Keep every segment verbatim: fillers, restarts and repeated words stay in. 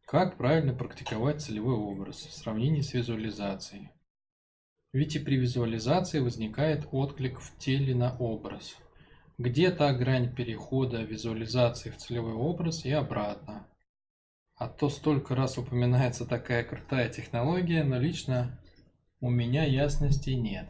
Как правильно практиковать целевой образ в сравнении с визуализацией? Ведь и при визуализации возникает отклик в теле на образ. Где та грань перехода визуализации в целевой образ и обратно? А то столько раз упоминается такая крутая технология, но лично у меня ясности нет.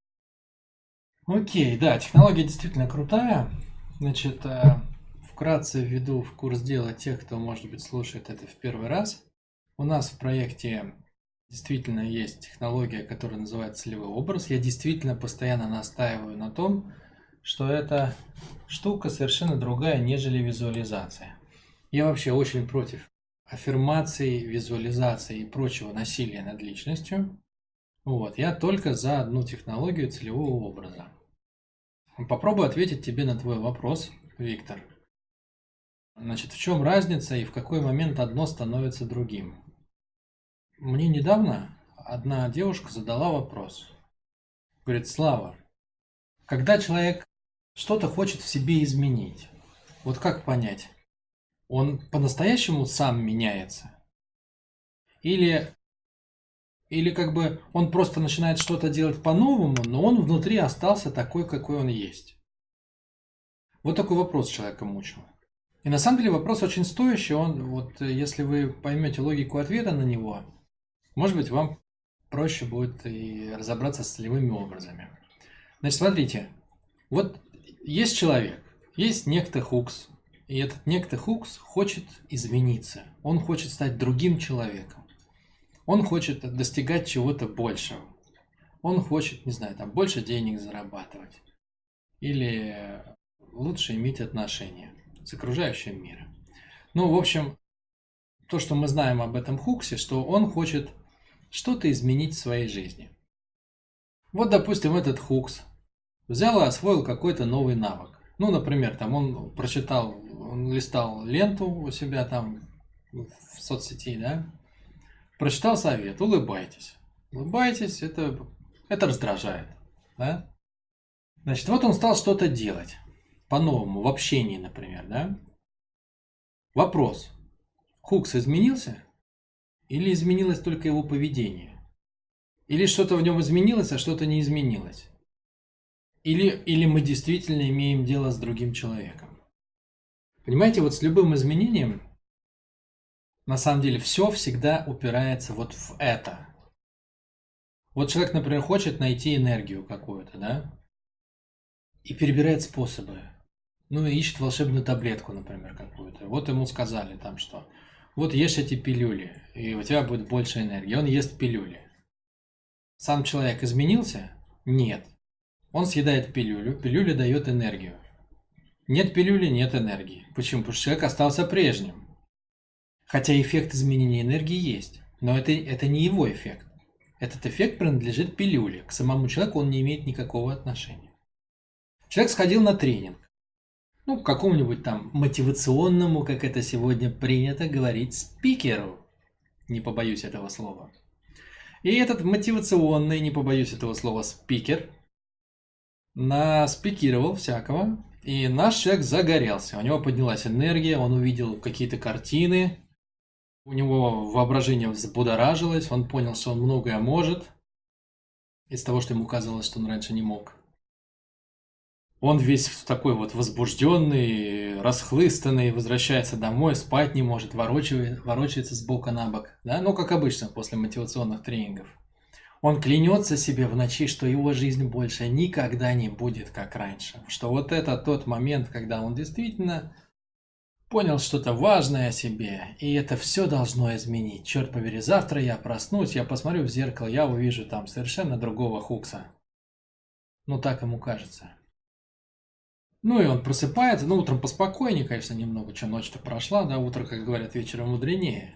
Окей, да, технология действительно крутая. Значит, э, вкратце введу в курс дела тех, кто, может быть, слушает это в первый раз. У нас в проекте действительно есть технология, которая называется целевой образ. Я действительно постоянно настаиваю на том, что эта штука совершенно другая, нежели визуализация. Я вообще очень против аффирмации, визуализации и прочего насилия над личностью. Вот, я только за одну технологию целевого образа. Попробую ответить тебе на твой вопрос, Виктор. Значит, в чем разница и в какой момент одно становится другим? Мне недавно одна девушка задала вопрос. Говорит: Слава, когда человек что-то хочет в себе изменить, вот как понять, он по-настоящему сам меняется? Или, или как бы он просто начинает что-то делать по-новому, но он внутри остался такой, какой он есть? Вот такой вопрос человека мучил. И на самом деле вопрос очень стоящий. Он, вот, если вы поймете логику ответа на него, может быть, вам проще будет и разобраться с целевыми образами. Значит, смотрите, вот есть человек, есть некто Хукс, и этот некто Хукс хочет измениться, он хочет стать другим человеком, он хочет достигать чего-то большего, он хочет, не знаю, там, больше денег зарабатывать или лучше иметь отношения с окружающим миром. Ну, в общем, то, что мы знаем об этом Хуксе, что он хочет что-то изменить в своей жизни. Вот, допустим, этот Хукс взял и освоил какой-то новый навык. Ну, например, там он прочитал, он листал ленту у себя там в соцсети, да, прочитал совет: улыбайтесь. Улыбайтесь, это, это раздражает, да. Значит, вот он стал что-то делать по-новому, в общении, например, да. Вопрос: Хукс изменился? Или изменилось только его поведение? Или что-то в нем изменилось, а что-то не изменилось? Или, или мы действительно имеем дело с другим человеком? Понимаете, вот с любым изменением, на самом деле, все всегда упирается вот в это. Вот человек, например, хочет найти энергию какую-то, да? И перебирает способы. Ну, и ищет волшебную таблетку, например, какую-то. Вот ему сказали там, что вот ешь эти пилюли, и у тебя будет больше энергии. Он ест пилюли. Сам человек изменился? Нет. Он съедает пилюлю, пилюля дает энергию. Нет пилюли, нет энергии. Почему? Потому что человек остался прежним. Хотя эффект изменения энергии есть, но это, это не его эффект. Этот эффект принадлежит пилюле. К самому человеку он не имеет никакого отношения. Человек сходил на тренинг. Ну, к какому-нибудь там мотивационному, как это сегодня принято говорить, спикеру. Не побоюсь этого слова. И этот мотивационный, не побоюсь этого слова, спикер наспикировал всякого. И наш человек загорелся. У него поднялась энергия, он увидел какие-то картины. У него воображение взбудоражилось, он понял, что он многое может из того, что ему казалось, что он раньше не мог. Он весь такой вот возбужденный, расхлыстанный, возвращается домой, спать не может, ворочается, ворочается с бока на бок. Да? Ну, как обычно после мотивационных тренингов. Он клянется себе в ночи, что его жизнь больше никогда не будет как раньше. Что вот это тот момент, когда он действительно понял что-то важное о себе, и это все должно изменить. Черт побери, завтра я проснусь, я посмотрю в зеркало, я увижу там совершенно другого Хукса. Ну, так ему кажется. Ну, и он просыпается, ну, утром поспокойнее, конечно, немного, чем ночь-то прошла, да, утро, как говорят, вечером мудренее.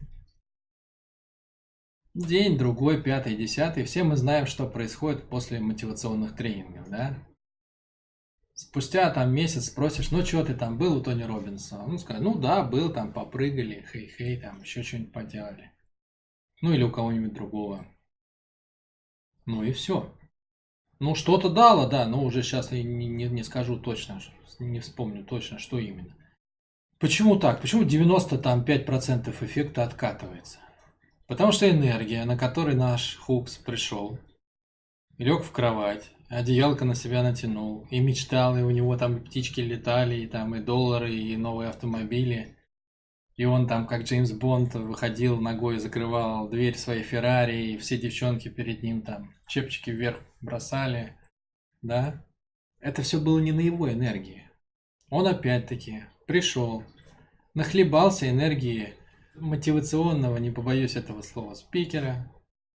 День, другой, пятый, десятый, все мы знаем, что происходит после мотивационных тренингов, да. Спустя там месяц спросишь: ну, что ты там был у Тони Роббинса? Он скажет: ну, да, был, там попрыгали, хей-хей, там еще что-нибудь поделали. Ну, или у кого-нибудь другого. Ну, и все. Ну, что-то дало, да, но уже сейчас я не, не, не скажу точно, не вспомню точно, что именно. Почему так? Почему девяносто пять процентов эффекта откатывается? Потому что энергия, на которой наш Хукс пришел, лег в кровать, одеялко на себя натянул, и мечтал, и у него там и птички летали, и там и доллары, и новые автомобили. И он там, как Джеймс Бонд, выходил ногой, закрывал дверь своей Феррари, и все девчонки перед ним там чепчики вверх бросали, да? Это все было не на его энергии. Он опять-таки пришел, нахлебался энергии мотивационного, не побоюсь этого слова, спикера,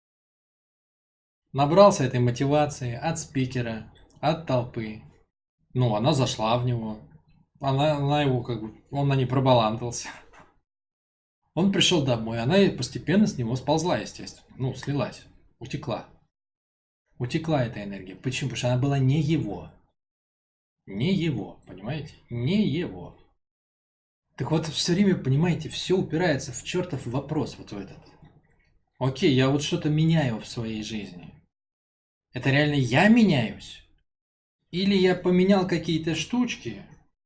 набрался этой мотивации от спикера, от толпы. Ну, она зашла в него, она, она его как бы, он на ней пробаландался. Он пришел домой, она постепенно с него сползла, естественно. Ну, слилась, утекла. Утекла эта энергия. Почему? Потому что она была не его. Не его, понимаете? Не его. Так вот, все время, понимаете, все упирается в чертов вопрос вот в этот. Окей, я вот что-то меняю в своей жизни. Это реально я меняюсь? Или я поменял какие-то штучки,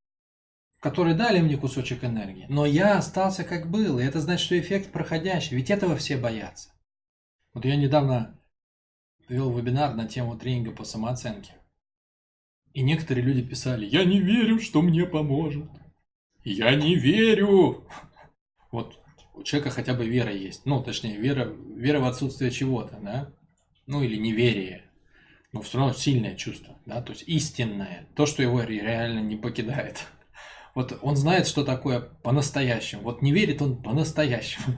которые дали мне кусочек энергии, но я остался как был, и это значит, что эффект проходящий, ведь этого все боятся. Вот я недавно вел вебинар на тему тренинга по самооценке, и некоторые люди писали: «Я не верю, что мне поможет. Я не верю». Вот у человека хотя бы вера есть, ну, точнее, вера, вера в отсутствие чего-то, да, ну, или неверие, но все равно сильное чувство, да, то есть истинное, то, что его реально не покидает. Вот он знает, что такое по-настоящему. Вот не верит он по-настоящему.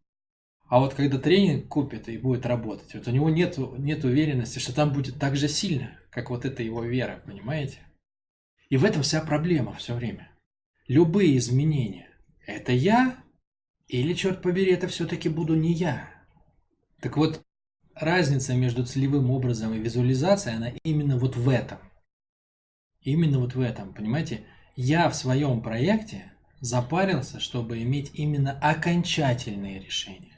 А вот когда тренинг купит и будет работать, вот у него нет, нет уверенности, что там будет так же сильно, как вот эта его вера, понимаете? И в этом вся проблема все время. Любые изменения – это я или, черт побери, это все-таки буду не я? Так вот, разница между целевым образом и визуализацией, она именно вот в этом. Именно вот в этом, понимаете? Я в своем проекте запарился, чтобы иметь именно окончательные решения.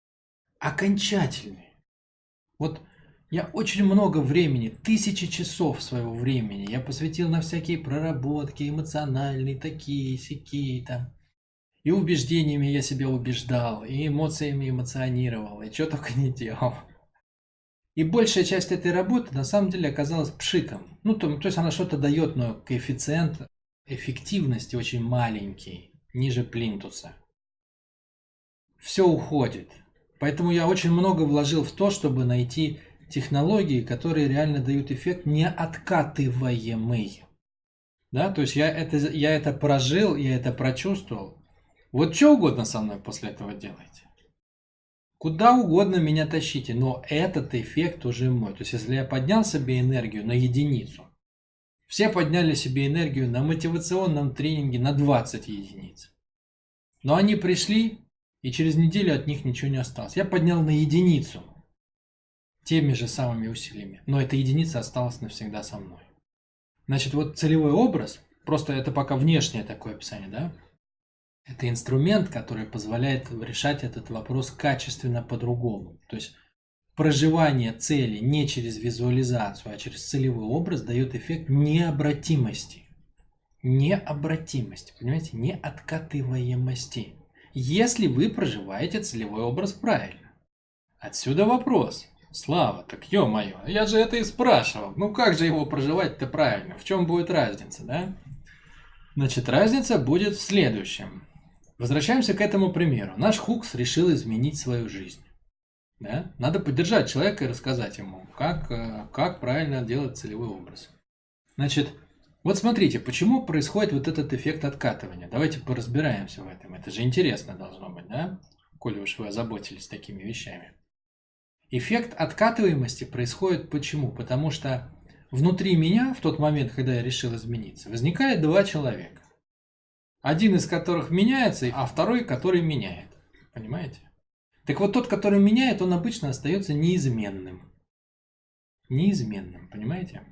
Окончательные. Вот я очень много времени, тысячи часов своего времени я посвятил на всякие проработки, эмоциональные, такие, сякие там. И убеждениями я себя убеждал, и эмоциями эмоционировал, и что только не делал. И большая часть этой работы на самом деле оказалась пшиком. Ну, то, то есть она что-то дает, но коэффициент эффективности очень маленький, ниже плинтуса. Все уходит. Поэтому я очень много вложил в то, чтобы найти технологии, которые реально дают эффект неоткатываемый. Да, то есть я это, я это прожил, я это прочувствовал. Вот что угодно со мной после этого делайте. Куда угодно меня тащите, но этот эффект уже мой. То есть если я поднял себе энергию на единицу, все подняли себе энергию на мотивационном тренинге на двадцать единиц. Но они пришли, и через неделю от них ничего не осталось. Я поднял на единицу теми же самыми усилиями, но эта единица осталась навсегда со мной. Значит, вот целевой образ, просто это пока внешнее такое описание, да? Это инструмент, который позволяет решать этот вопрос качественно по-другому. То есть проживание цели не через визуализацию, а через целевой образ дает эффект необратимости. Необратимости, понимаете? Неоткатываемости. Если вы проживаете целевой образ правильно. Отсюда вопрос. Слава, так ё-моё, я же это и спрашивал. Ну как же его проживать-то правильно? В чем будет разница, да? Значит, разница будет в следующем. Возвращаемся к этому примеру. Наш Хукс решил изменить свою жизнь. Да? Надо поддержать человека и рассказать ему, как, как правильно делать целевой образ. Значит, вот смотрите, почему происходит вот этот эффект откатывания. Давайте поразбираемся в этом. Это же интересно должно быть, да? Коли уж вы озаботились такими вещами. Эффект откатываемости происходит почему? Потому что внутри меня, в тот момент, когда я решил измениться, возникает два человека. Один из которых меняется, а второй, который меняет. Понимаете? Так вот, тот, который меняет, он обычно остается неизменным. Неизменным, понимаете?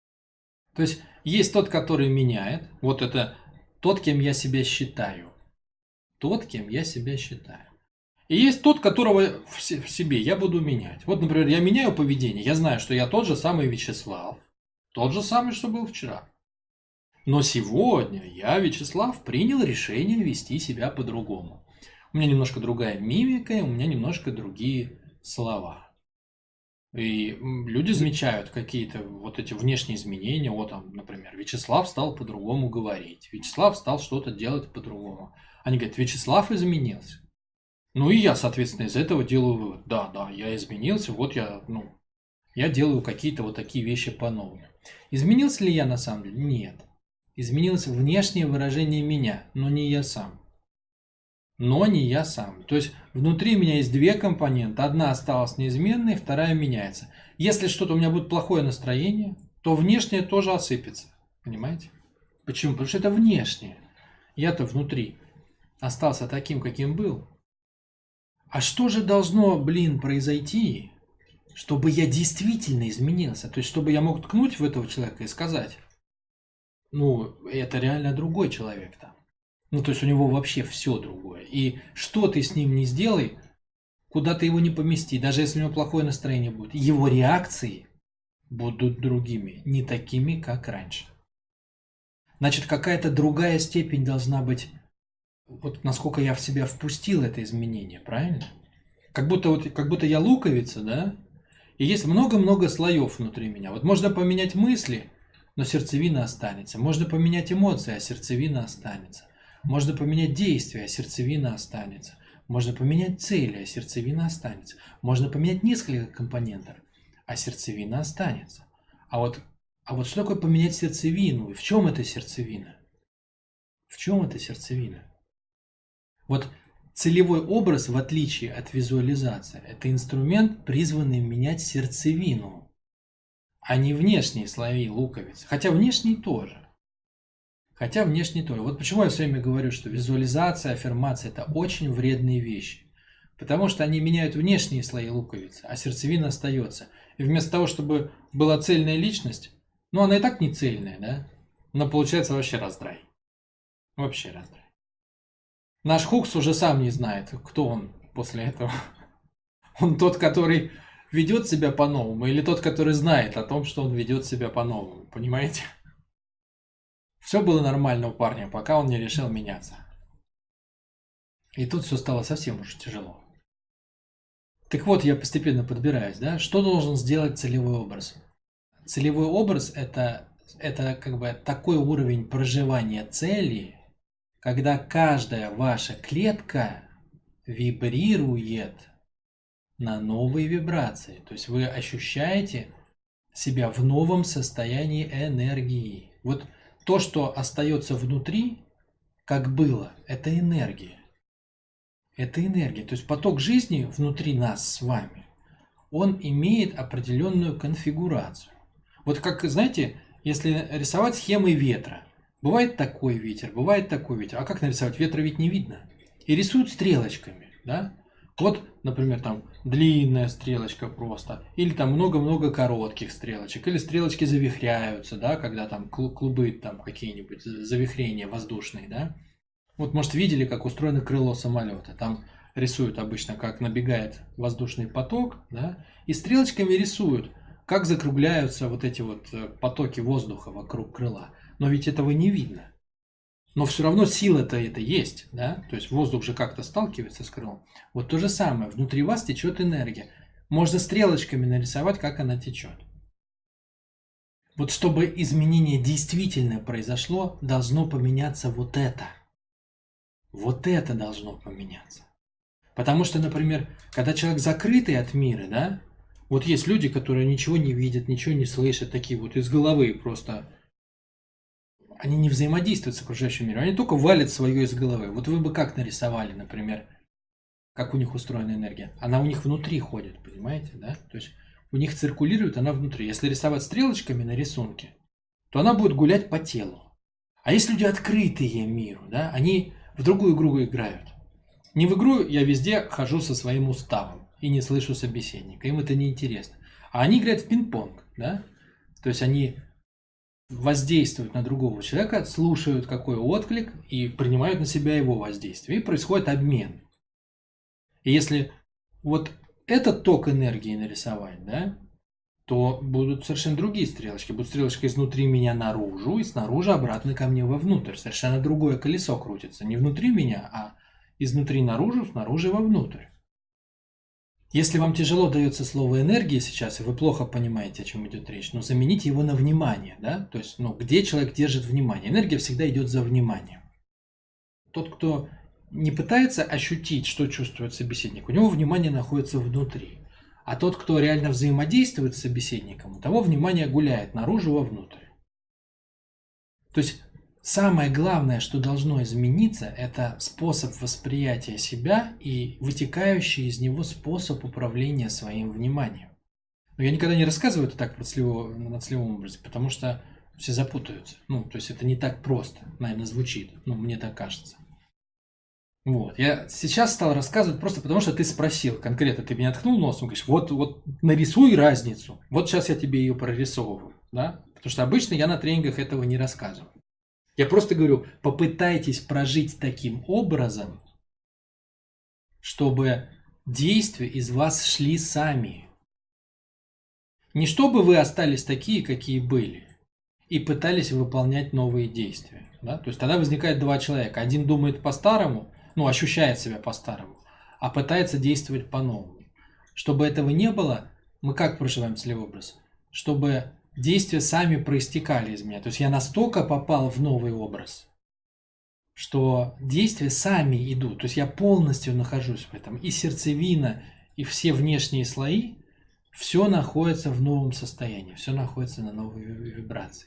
То есть, есть тот, который меняет. Вот это тот, кем я себя считаю. Тот, кем я себя считаю. И есть тот, которого в себе я буду менять. Вот, например, я меняю поведение. Я знаю, что я тот же самый Вячеслав. Тот же самый, что был вчера. Но сегодня я, Вячеслав, принял решение вести себя по-другому. У меня немножко другая мимика, у меня немножко другие слова. И люди замечают какие-то вот эти внешние изменения. Вот там, например, Вячеслав стал по-другому говорить. Вячеслав стал что-то делать по-другому. Они говорят, Вячеслав изменился. Ну и я, соответственно, из этого делаю вывод. Да, да, я изменился, вот я, ну, я делаю какие-то вот такие вещи по-новому. Изменился ли я на самом деле? Нет. Изменилось внешнее выражение меня, но не я сам. Но не я сам. То есть внутри меня есть две компоненты. Одна осталась неизменной, вторая меняется. Если что-то у меня будет плохое настроение, то внешнее тоже осыпется. Понимаете? Почему? Потому что это внешнее. Я-то внутри остался таким, каким был. А что же должно, блин, произойти, чтобы я действительно изменился? То есть, чтобы я мог ткнуть в этого человека и сказать, ну, это реально другой человек там. Ну, то есть у него вообще все другое. И что ты с ним не сделай, куда ты его не помести, даже если у него плохое настроение будет, его реакции будут другими, не такими, как раньше. Значит, какая-то другая степень должна быть, вот насколько я в себя впустил это изменение, правильно? Как будто, вот, как будто я луковица, да? И есть много-много слоев внутри меня. Вот можно поменять мысли, но сердцевина останется. Можно поменять эмоции, а сердцевина останется. Можно поменять действия, а сердцевина останется. Можно поменять цели, а сердцевина останется. Можно поменять несколько компонентов, а сердцевина останется. А вот, а вот что такое поменять сердцевину? И в чем эта сердцевина? В чем эта сердцевина? Вот целевой образ, в отличие от визуализации, это инструмент, призванный менять сердцевину, а не внешние слои луковицы. Хотя внешние тоже. Хотя внешне тоже. Вот почему я все время говорю, что визуализация, аффирмация – это очень вредные вещи. Потому что они меняют внешние слои луковицы, а сердцевина остается. И вместо того, чтобы была цельная личность, ну она и так не цельная, да? Но получается вообще раздрай. Вообще раздрай. Наш Хукс уже сам не знает, кто он после этого. Он тот, который ведет себя по-новому, или тот, который знает о том, что он ведет себя по-новому. Понимаете? Все было нормально у парня, пока он не решил меняться. И тут все стало совсем уж тяжело. Так вот, я постепенно подбираюсь, да? Что должен сделать целевой образ? Целевой образ это, это как бы такой уровень проживания цели, когда каждая ваша клетка вибрирует на новые вибрации. То есть вы ощущаете себя в новом состоянии энергии. Вот то, что остается внутри, как было, это энергия. Это энергия. То есть поток жизни внутри нас с вами, он имеет определенную конфигурацию. Вот как, знаете, если рисовать схемой ветра, бывает такой ветер, бывает такой ветер. А как нарисовать? Ветра ведь не видно. И рисуют стрелочками, да? Вот, например, там длинная стрелочка просто, или там много-много коротких стрелочек, или стрелочки завихряются, да, когда там клубы там какие-нибудь завихрения воздушные, да. Вот, может, видели, как устроено крыло самолета. Там рисуют обычно, как набегает воздушный поток, да, и стрелочками рисуют, как закругляются вот эти вот потоки воздуха вокруг крыла. Но ведь этого не видно. Но все равно сила-то это есть, да? То есть воздух же как-то сталкивается с крылом. Вот то же самое. Внутри вас течет энергия. Можно стрелочками нарисовать, как она течет. Вот чтобы изменение действительно произошло, должно поменяться вот это. Вот это должно поменяться. Потому что, например, когда человек закрытый от мира, да? Вот есть люди, которые ничего не видят, ничего не слышат, такие вот из головы просто... Они не взаимодействуют с окружающим миром, они только валят свое из головы. Вот вы бы как нарисовали, например, как у них устроена энергия? Она у них внутри ходит, понимаете, да? То есть у них циркулирует она внутри. Если рисовать стрелочками на рисунке, то она будет гулять по телу. А есть люди открытые миру, да? Они в другую игру играют. Не в игру я везде хожу со своим уставом и не слышу собеседника, им это не интересно. А они играют в пинг-понг, да? То есть они... воздействуют на другого человека, слушают какой отклик и принимают на себя его воздействие. И происходит обмен. И если вот этот ток энергии нарисовать, да, то будут совершенно другие стрелочки. Будут стрелочки изнутри меня наружу и снаружи обратно ко мне вовнутрь. Совершенно другое колесо крутится. Не внутри меня, а изнутри наружу, снаружи вовнутрь. Если вам тяжело дается слово энергия сейчас, и вы плохо понимаете, о чем идет речь, ну замените его на внимание, да? То есть, ну, где человек держит внимание? Энергия всегда идет за вниманием. Тот, кто не пытается ощутить, что чувствует собеседник, у него внимание находится внутри. А тот, кто реально взаимодействует с собеседником, у того внимание гуляет наружу вовнутрь. То есть самое главное, что должно измениться, это способ восприятия себя и вытекающий из него способ управления своим вниманием. Но я никогда не рассказываю это так про целевой, на целевом образе, потому что все запутаются. Ну, то есть это не так просто, наверное, звучит. Ну, мне так кажется. Вот. Я сейчас стал рассказывать просто потому, что ты спросил конкретно, ты меня ткнул носом, говоришь, вот, вот нарисуй разницу. Вот сейчас я тебе ее прорисовываю. Да? Потому что обычно я на тренингах этого не рассказываю. Я просто говорю, попытайтесь прожить таким образом, чтобы действия из вас шли сами. Не чтобы вы остались такие, какие были, и пытались выполнять новые действия. Да? То есть тогда возникает два человека. Один думает по-старому, ну, ощущает себя по-старому, а пытается действовать по-новому. Чтобы этого не было, мы как проживаем целевой образ? Чтобы действия сами проистекали из меня. То есть я настолько попал в новый образ, что действия сами идут. То есть я полностью нахожусь в этом. И сердцевина, и все внешние слои, все находится в новом состоянии. Все находится на новой вибрации.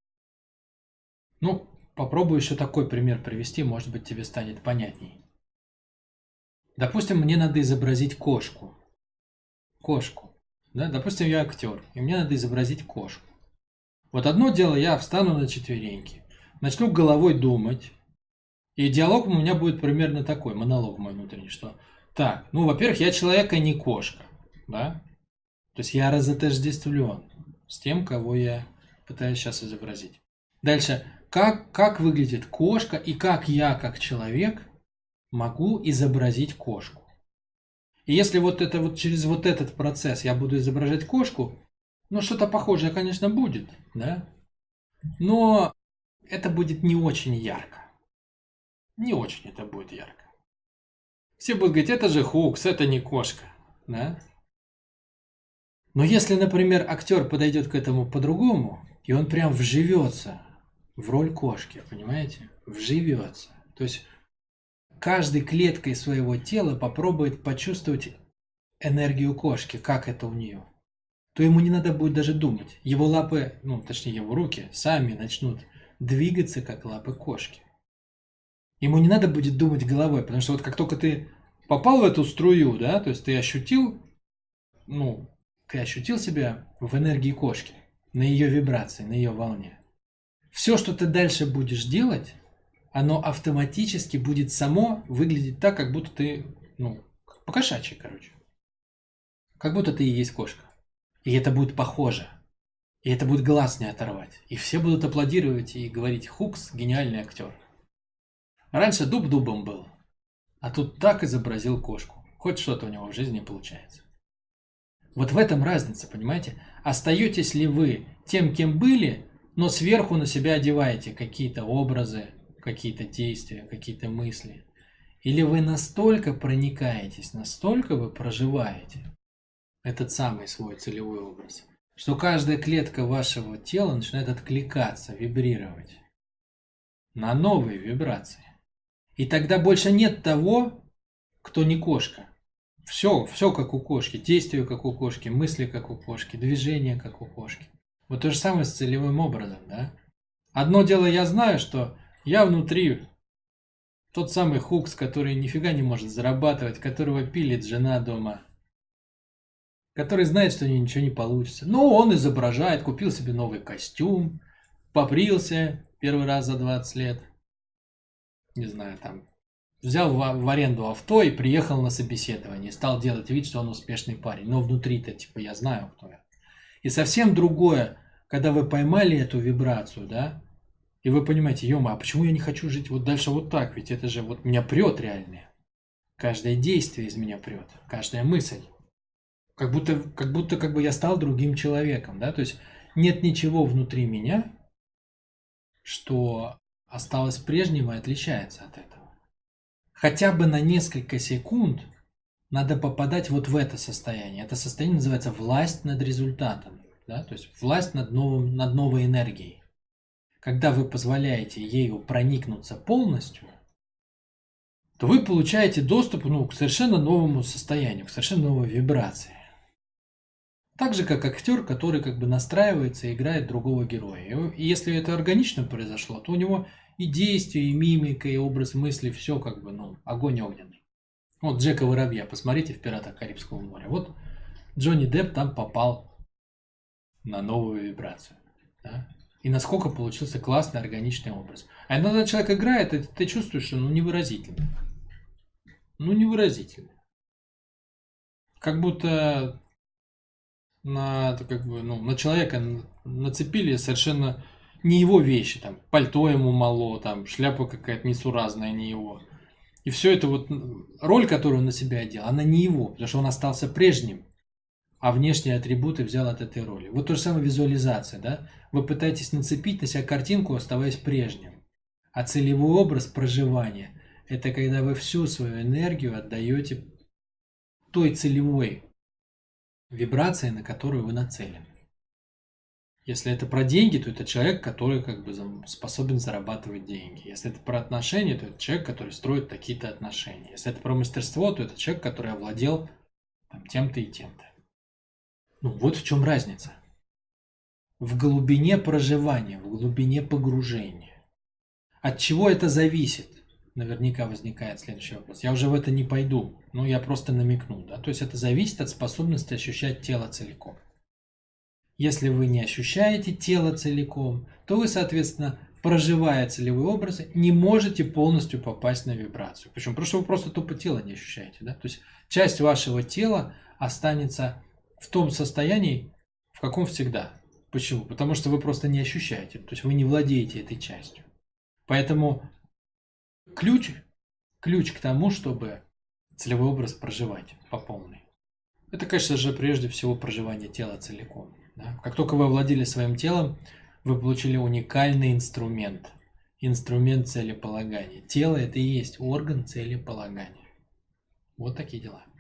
Ну, попробую еще такой пример привести, может быть, тебе станет понятней. Допустим, мне надо изобразить кошку. Кошку. Да? Допустим, я актер, и мне надо изобразить кошку. Вот одно дело, я встану на четвереньки, начну головой думать, и диалог у меня будет примерно такой, монолог мой внутренний, что так, ну, во-первых, я человек, а не кошка, да? То есть я разотождествлен с тем, кого я пытаюсь сейчас изобразить. Дальше, как, как выглядит кошка и как я, как человек, могу изобразить кошку. И если вот это вот через вот этот процесс я буду изображать кошку, ну что-то похожее, конечно, будет, да? Но это будет не очень ярко. Не очень это будет ярко. Все будут говорить, это же Хукс, это не кошка, да? Но если, например, актер подойдет к этому по-другому, и он прям вживется в роль кошки, понимаете? Вживется. То есть каждой клеткой своего тела попробует почувствовать энергию кошки, как это у нее. То ему не надо будет даже думать. Его лапы, ну, точнее, его руки сами начнут двигаться, как лапы кошки. Ему не надо будет думать головой, потому что вот как только ты попал в эту струю, да, то есть ты ощутил, ну, ты ощутил себя в энергии кошки, на ее вибрации, на ее волне. Все, что ты дальше будешь делать, оно автоматически будет само выглядеть так, как будто ты, ну, по-кошачьи, короче. Как будто ты и есть кошка. И это будет похоже. И это будет глаз не оторвать. И все будут аплодировать и говорить, Хукс – гениальный актер. Раньше дуб дубом был, а тут так изобразил кошку. Хоть что-то у него в жизни получается. Вот в этом разница, понимаете? Остаетесь ли вы тем, кем были, но сверху на себя одеваете какие-то образы, какие-то действия, какие-то мысли? Или вы настолько проникаетесь, настолько вы проживаете этот самый свой целевой образ, что каждая клетка вашего тела начинает откликаться, вибрировать на новые вибрации. И тогда больше нет того, кто не кошка. Все, все как у кошки, действия как у кошки, мысли как у кошки, движения как у кошки. Вот то же самое с целевым образом, да? Одно дело, я знаю, что я внутри тот самый Хукс, который нифига не может зарабатывать, которого пилит жена дома, который знает, что у него ничего не получится. Но он изображает, купил себе новый костюм, побрился первый раз за двадцать лет. Не знаю, там, взял в, в аренду авто и приехал на собеседование. Стал делать вид, что он успешный парень. Но внутри-то, типа, я знаю, кто я. И совсем другое, когда вы поймали эту вибрацию, да, и вы понимаете, ё-мо, а почему я не хочу жить вот дальше вот так? Ведь это же вот меня прет реально. Каждое действие из меня прет, каждая мысль. Как будто, как будто как бы я стал другим человеком, да, то есть нет ничего внутри меня, что осталось прежним и отличается от этого. Хотя бы на несколько секунд надо попадать вот в это состояние. Это состояние называется власть над результатом, да, то есть власть над, новым, над новой энергией. Когда вы позволяете ею проникнуться полностью, то вы получаете доступ, ну, к совершенно новому состоянию, к совершенно новой вибрации. Так же, как актер, который как бы настраивается и играет другого героя. И если это органично произошло, то у него и действие, и мимика, и образ мысли, все как бы, ну, огонь огненный. Вот Джека Воробья, посмотрите в «Пиратах Карибского моря». Вот Джонни Депп там попал на новую вибрацию. Да? И насколько получился классный, органичный образ. А иногда человек играет, и ты чувствуешь, что ну невыразительно. Ну невыразительно. Как будто на, как бы, ну, на человека нацепили совершенно не его вещи. Там, пальто ему мало, там, шляпа какая-то несуразная, не его. И все это вот, роль, которую он на себя одел, она не его, потому что он остался прежним, а внешние атрибуты взял от этой роли. Вот то же самое визуализация, да? Вы пытаетесь нацепить на себя картинку, оставаясь прежним. А целевой образ проживания – это когда вы всю свою энергию отдаете той целевой вибрации, на которую вы нацелены. Если это про деньги, то это человек, который как бы способен зарабатывать деньги. Если это про отношения, то это человек, который строит какие-то отношения. Если это про мастерство, то это человек, который овладел там, тем-то и тем-то. Ну вот в чем разница. В глубине проживания, в глубине погружения. От чего это зависит? Наверняка возникает следующий вопрос. Я уже в это не пойду, но я просто намекну. Да? То есть это зависит от способности ощущать тело целиком. Если вы не ощущаете тело целиком, то вы, соответственно, проживая целевые образы, не можете полностью попасть на вибрацию. Почему? Потому что вы просто тупо тело не ощущаете. Да? То есть часть вашего тела останется в том состоянии, в каком всегда. Почему? Потому что вы просто не ощущаете. То есть вы не владеете этой частью. Поэтому ключ, ключ к тому, чтобы целевой образ проживать по полной. Это, конечно же, прежде всего проживание тела целиком. Да? Как только вы овладели своим телом, вы получили уникальный инструмент. Инструмент целеполагания. Тело – это и есть орган целеполагания. Вот такие дела.